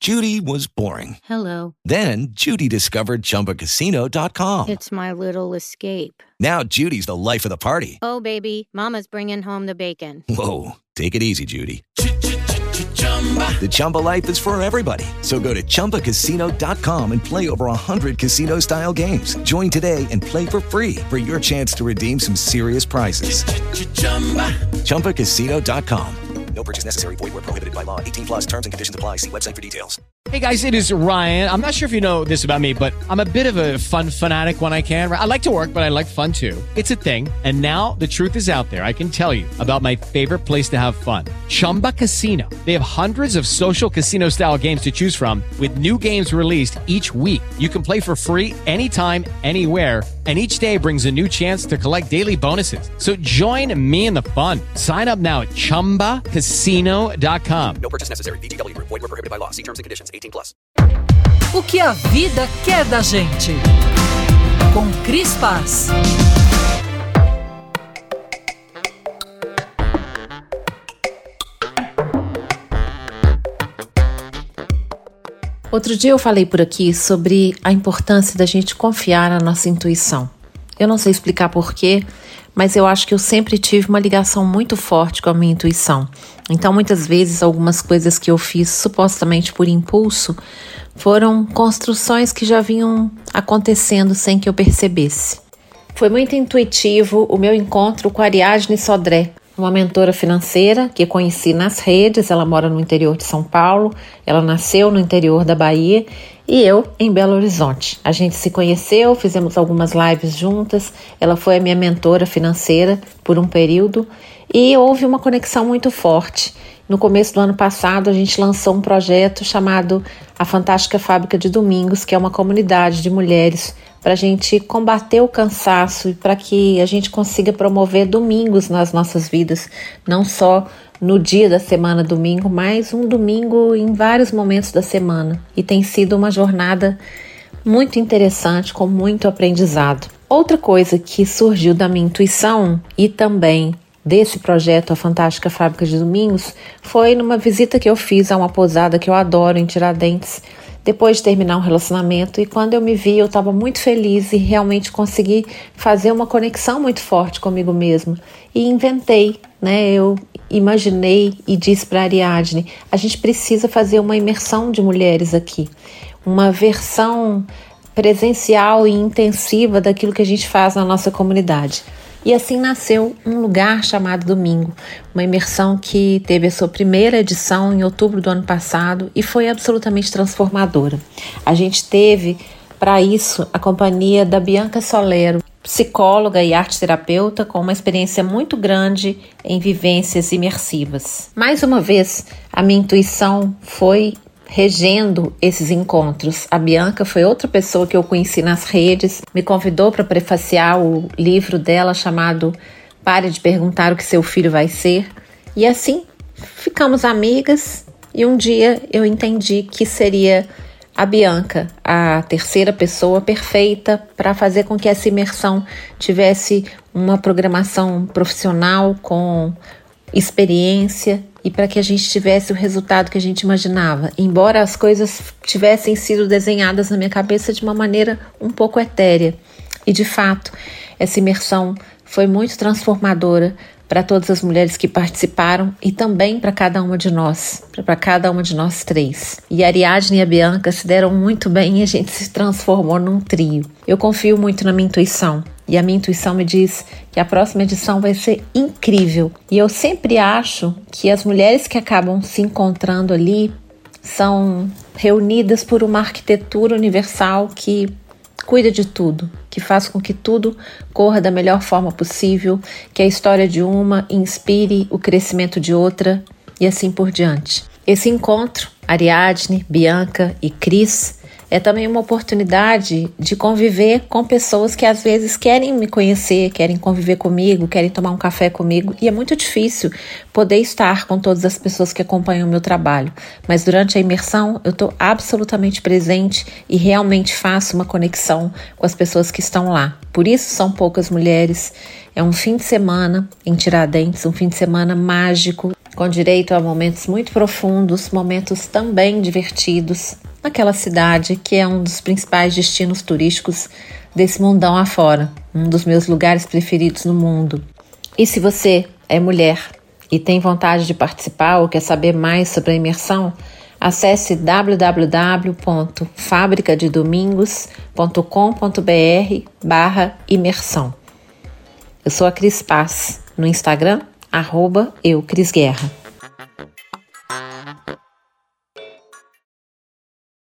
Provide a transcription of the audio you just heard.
Judy was boring. Hello. Then Judy discovered ChumbaCasino.com. It's my little escape. Now Judy's the life of the party. Oh, baby, mama's bringing home the bacon. Whoa, take it easy, Judy. The Chumba life is for everybody. So go to ChumbaCasino.com and play over 100 casino-style games. Join today and play for free for your chance to redeem some serious prizes. ChumbaCasino.com. No purchase necessary. Void where prohibited by law. 18 plus terms and conditions apply. See website for details. Hey guys, it is Ryan. I'm not sure if you know this about me, but I'm a bit of a fun fanatic when I can. I like to work, but I like fun too. It's a thing. And now the truth is out there. I can tell you about my favorite place to have fun. Chumba Casino. They have hundreds of social casino style games to choose from with new games released each week. You can play for free anytime, anywhere. And each day brings a new chance to collect daily bonuses. So join me in the fun. Sign up now at ChumbaCasino.com. No purchase necessary. VGW Group. Void where prohibited by law. See terms and conditions. 18 plus. O que a vida quer da gente. Com Cris Paz. Outro dia eu falei por aqui sobre a importância da gente confiar na nossa intuição. Eu não sei explicar porquê, mas eu acho que eu sempre tive uma ligação muito forte com a minha intuição. Então, muitas vezes, algumas coisas que eu fiz supostamente por impulso foram construções que já vinham acontecendo sem que eu percebesse. Foi muito intuitivo o meu encontro com a Ariadne Sodré, uma mentora financeira que conheci nas redes. Ela mora no interior de São Paulo, ela nasceu no interior da Bahia e eu em Belo Horizonte. A gente se conheceu, fizemos algumas lives juntas, ela foi a minha mentora financeira por um período e houve uma conexão muito forte. No começo do ano passado, a gente lançou um projeto chamado A Fantástica Fábrica de Domingos, que é uma comunidade de mulheres para a gente combater o cansaço e para que a gente consiga promover domingos nas nossas vidas, não só no dia da semana domingo, mas um domingo em vários momentos da semana. E tem sido uma jornada muito interessante, com muito aprendizado. Outra coisa que surgiu da minha intuição e também desse projeto A Fantástica Fábrica de Domingos foi numa visita que eu fiz a uma pousada que eu adoro em Tiradentes, depois de terminar um relacionamento, e quando eu me vi eu estava muito feliz e realmente consegui fazer uma conexão muito forte comigo mesma e inventei, eu imaginei e disse para a Ariadne, a gente precisa fazer uma imersão de mulheres aqui, uma versão presencial e intensiva daquilo que a gente faz na nossa comunidade. E assim nasceu um lugar chamado Domingo, uma imersão que teve a sua primeira edição em outubro do ano passado e foi absolutamente transformadora. A gente teve, para isso, a companhia da Bianca Solero, psicóloga e arte-terapeuta com uma experiência muito grande em vivências imersivas. Mais uma vez, a minha intuição foi regendo esses encontros. A Bianca foi outra pessoa que eu conheci nas redes, me convidou para prefaciar o livro dela chamado Pare de Perguntar o que Seu Filho Vai Ser. E assim, ficamos amigas e um dia eu entendi que seria a Bianca a terceira pessoa perfeita para fazer com que essa imersão tivesse uma programação profissional com experiência e para que a gente tivesse o resultado que a gente imaginava, embora as coisas tivessem sido desenhadas na minha cabeça de uma maneira um pouco etérea. E de fato, essa imersão foi muito transformadora para todas as mulheres que participaram e também para cada uma de nós três. E a Ariadne e a Bianca se deram muito bem e a gente se transformou num trio. Eu confio muito na minha intuição. E a minha intuição me diz que a próxima edição vai ser incrível. E eu sempre acho que as mulheres que acabam se encontrando ali são reunidas por uma arquitetura universal que cuida de tudo, que faz com que tudo corra da melhor forma possível, que a história de uma inspire o crescimento de outra e assim por diante. Esse encontro, Ariadne, Bianca e Cris, é também uma oportunidade de conviver com pessoas que às vezes querem me conhecer, querem conviver comigo, querem tomar um café comigo, e é muito difícil poder estar com todas as pessoas que acompanham o meu trabalho. Mas durante a imersão eu estou absolutamente presente e realmente faço uma conexão com as pessoas que estão lá. Por isso são poucas mulheres. É um fim de semana em Tiradentes, um fim de semana mágico. com direito a momentos muito profundos, momentos também divertidos, naquela cidade que é um dos principais destinos turísticos desse mundão afora, um dos meus lugares preferidos no mundo. E se você é mulher e tem vontade de participar ou quer saber mais sobre a imersão, acesse www.fabricadedomingos.com.br/imersão. Eu sou a Cris Paz, no Instagram, @eucrisguerra.